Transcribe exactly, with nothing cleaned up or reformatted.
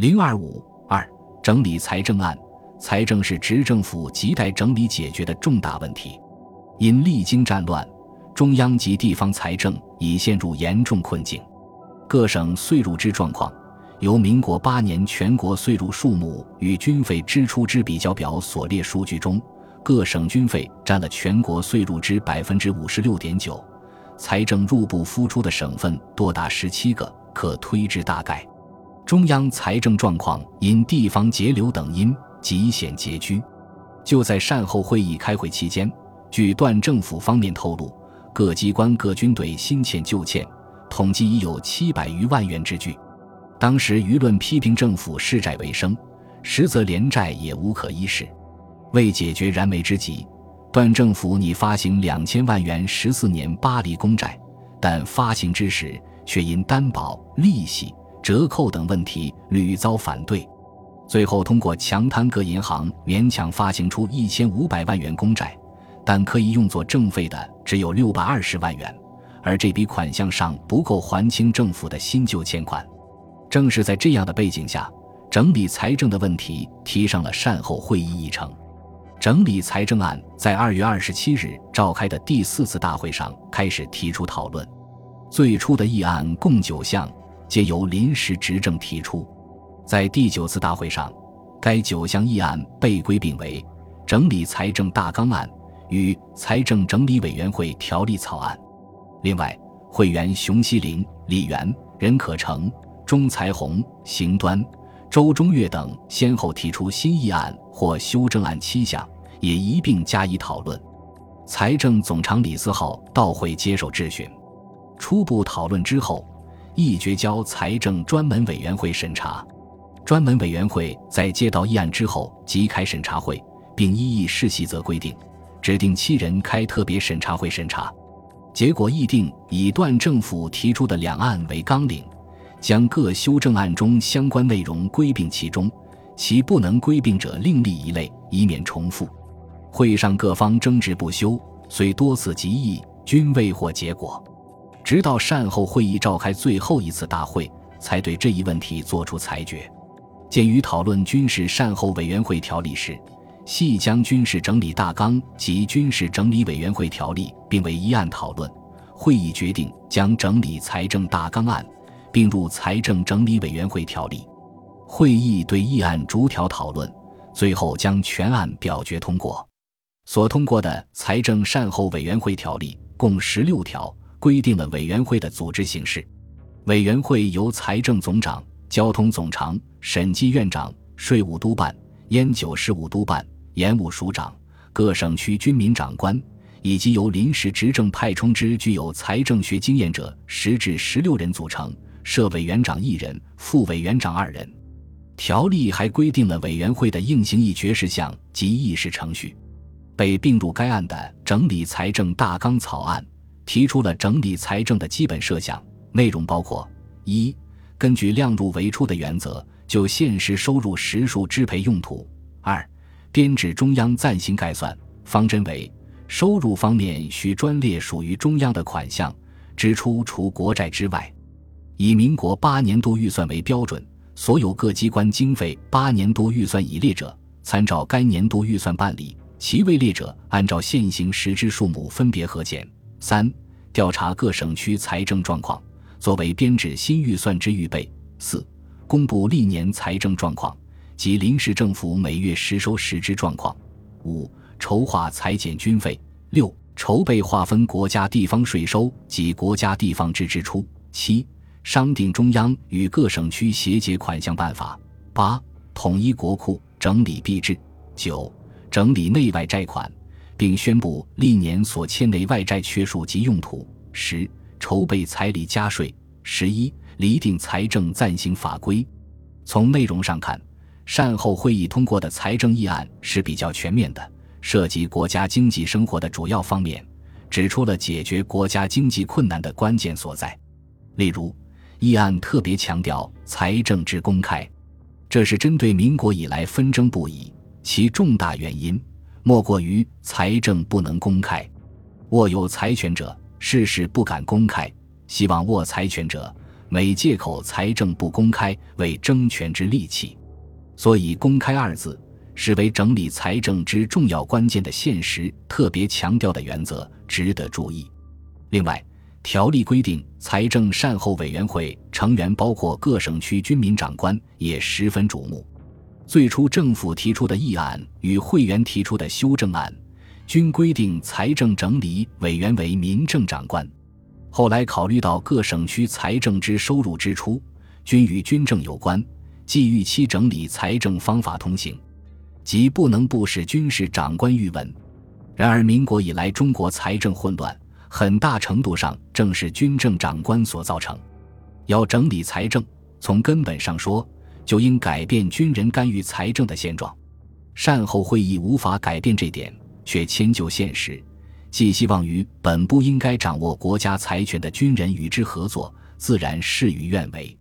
零二五二整理财政案。财政是执政府亟待整理解决的重大问题。因历经战乱，中央及地方财政已陷入严重困境。各省岁入支状况由民国八年全国岁入数目与军费支出之比较表所列数据中，各省军费占了全国岁入支 百分之五十六点九， 财政入不敷出的省份多达十七个，可推知大概。中央财政状况因地方节流等因极显拮据。就在善后会议开会期间，据段政府方面透露，各机关各军队新欠旧欠统计已有七百余万元之巨。当时舆论批评政府视债为生，实则连债也无可依恃。为解决燃眉之急，段政府拟发行两千万元十四年巴黎公债，但发行之时却因担保、利息、折扣等问题屡遭反对。最后通过强贪各银行勉强发行出一千五百万元公债，但可以用作政费的只有六百二十万元，而这笔款项上不够还清政府的新旧欠款。正是在这样的背景下，整理财政的问题提上了善后会议议程。整理财政案在二月二十七日召开的第四次大会上开始提出讨论。最初的议案共九项，皆由临时执政提出。在第九次大会上，该九项议案被归并为整理财政大纲案与财政整理委员会条例草案。另外，会员熊希龄、李元、任可成、钟才宏、邢端、周中岳等先后提出新议案或修正案七项，也一并加以讨论。财政总长李思浩到会接受质询。初步讨论之后，议决交财政专门委员会审查。专门委员会在接到议案之后即开审查会，并依议事细则规定，指定七人开特别审查会审查。结果议定以段政府提出的两案为纲领，将各修正案中相关内容归并其中，其不能归并者另立一类，以免重复。会上各方争执不休，虽多次集议，均未获结果。直到善后会议召开最后一次大会，才对这一问题作出裁决。鉴于讨论军事善后委员会条例时，系将军事整理大纲及军事整理委员会条例并为一案讨论，会议决定将整理财政大纲案并入财政整理委员会条例。会议对议案逐条讨论，最后将全案表决通过。所通过的财政善后委员会条例共十六条，规定了委员会的组织形式。委员会由财政总长、交通总长、审计院长、税务督办、烟酒事务督办、盐务署长、各省区军民长官，以及由临时执政派充之具有财政学经验者十至十六人组成，设委员长一人，副委员长二人。条例还规定了委员会的应行议决事项及议事程序。被并入该案的整理财政大纲草案提出了整理财政的基本设想，内容包括：一、根据量入为出的原则，就现实收入实数支配用途；二、编制中央暂行概算，方针为收入方面需专列属于中央的款项，支出除国债之外。以民国八年度预算为标准，所有各机关经费八年度预算已列者，参照该年度预算办理，其未列者按照现行实支数目分别核减。三、调查各省区财政状况，作为编制新预算之预备。四、公布历年财政状况及临时政府每月实收实支状况。五、筹划裁减军费。六、筹备划分国家地方税收及国家地方之支出。七、商定中央与各省区协结款项办法。八、统一国库，整理币制。九、整理内外债款，并宣布历年所欠内外债缺数及用途。十、筹备彩礼加税。十一、厘定财政暂行法规。从内容上看，善后会议通过的财政议案是比较全面的，涉及国家经济生活的主要方面，指出了解决国家经济困难的关键所在。例如，议案特别强调财政之公开，这是针对民国以来纷争不已，其重大原因莫过于财政不能公开。握有财权者事事不敢公开，希望握财权者每借口财政不公开为争权之利器。所以公开二字是为整理财政之重要关键的现实特别强调的原则，值得注意。另外，条例规定财政善后委员会成员包括各省区军民长官，也十分瞩目。最初政府提出的议案与会员提出的修正案均规定财政整理委员为民政长官，后来考虑到各省区财政之收入支出均与军政有关，即预期整理财政方法通行，即不能不使军事长官预闻。然而民国以来中国财政混乱，很大程度上正是军政长官所造成。要整理财政，从根本上说，就应改变军人干预财政的现状。善后会议无法改变这点，却迁就现实，寄希望于本不应该掌握国家财权的军人与之合作，自然事与愿违。